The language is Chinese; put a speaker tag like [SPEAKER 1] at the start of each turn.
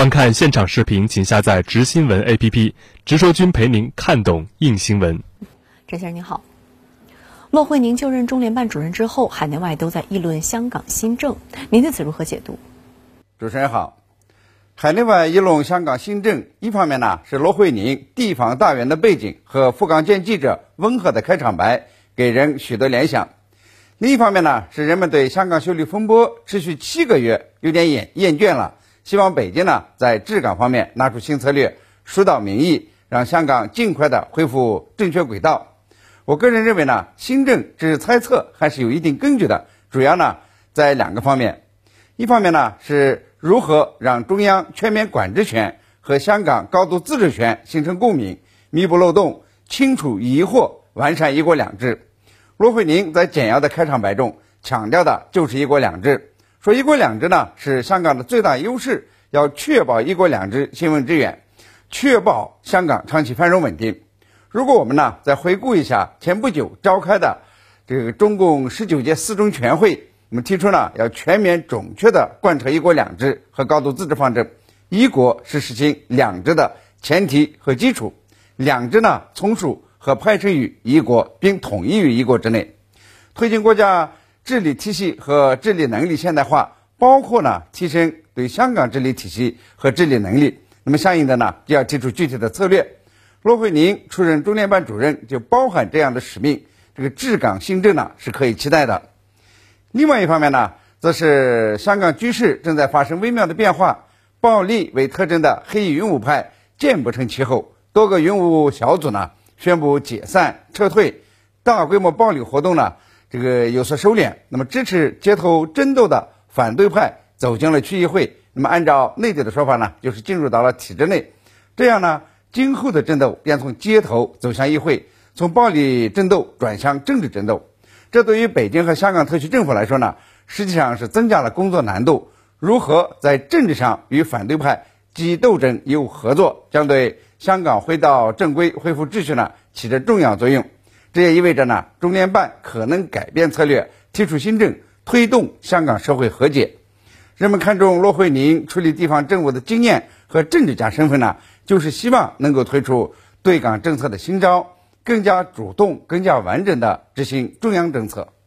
[SPEAKER 1] 观看现场视频，请下载直新闻 APP， 直说君陪您看懂硬新闻。
[SPEAKER 2] 陈先生您好，骆惠宁就任中联办主任之后，海内外都在议论香港新政，您对此如何解读？
[SPEAKER 3] 主持人好，海内外议论香港新政，一方面呢是骆惠宁地方大员的背景和富港见记者温和的开场白给人许多联想，另一方面呢是人们对香港修例风波持续7个月有点厌倦了，希望北京呢在治港方面拿出新策略，疏导民意，让香港尽快的恢复正确轨道。我个人认为呢，新政只是猜测，还是有一定根据的，主要呢在2个方面。一方面呢是如何让中央全面管制权和香港高度自治权形成共鸣，弥补漏洞，清除疑惑，完善一国两制。骆惠宁在简要的开场白中强调的就是一国两制，说一国两制呢是香港的最大优势，要确保一国两制行稳致远，确保香港长期繁荣稳定。如果我们呢再回顾一下前不久召开的这个中共19届4中全会，我们提出呢要全面准确的贯彻一国两制和高度自治方针，一国是实行两制的前提和基础，两制呢从属和排斥于一国，并统一于一国之内，推进国家治理体系和治理能力现代化，包括呢提升对香港治理体系和治理能力，那么相应的呢就要提出具体的策略。骆惠宁出任中联办主任就包含这样的使命，这个治港新政呢是可以期待的。另外一方面呢，则是香港局势正在发生微妙的变化，暴力为特征的黑衣云雾派渐不成气候，多个云雾小组呢宣布解散撤退，大规模暴力活动呢有所收敛，那么支持街头争斗的反对派走进了区议会，那么按照内地的说法呢，就是进入到了体制内，这样呢今后的争斗便从街头走向议会，从暴力争斗转向政治争斗。这对于北京和香港特区政府来说呢，实际上是增加了工作难度。如何在政治上与反对派既斗争又合作，将对香港回到正规、恢复秩序呢起着重要作用。这也意味着呢，中联办可能改变策略，提出新政，推动香港社会和解。人们看重骆惠宁处理地方政务的经验和政治家身份呢，就是希望能够推出对港政策的新招，更加主动、更加完整地执行中央政策。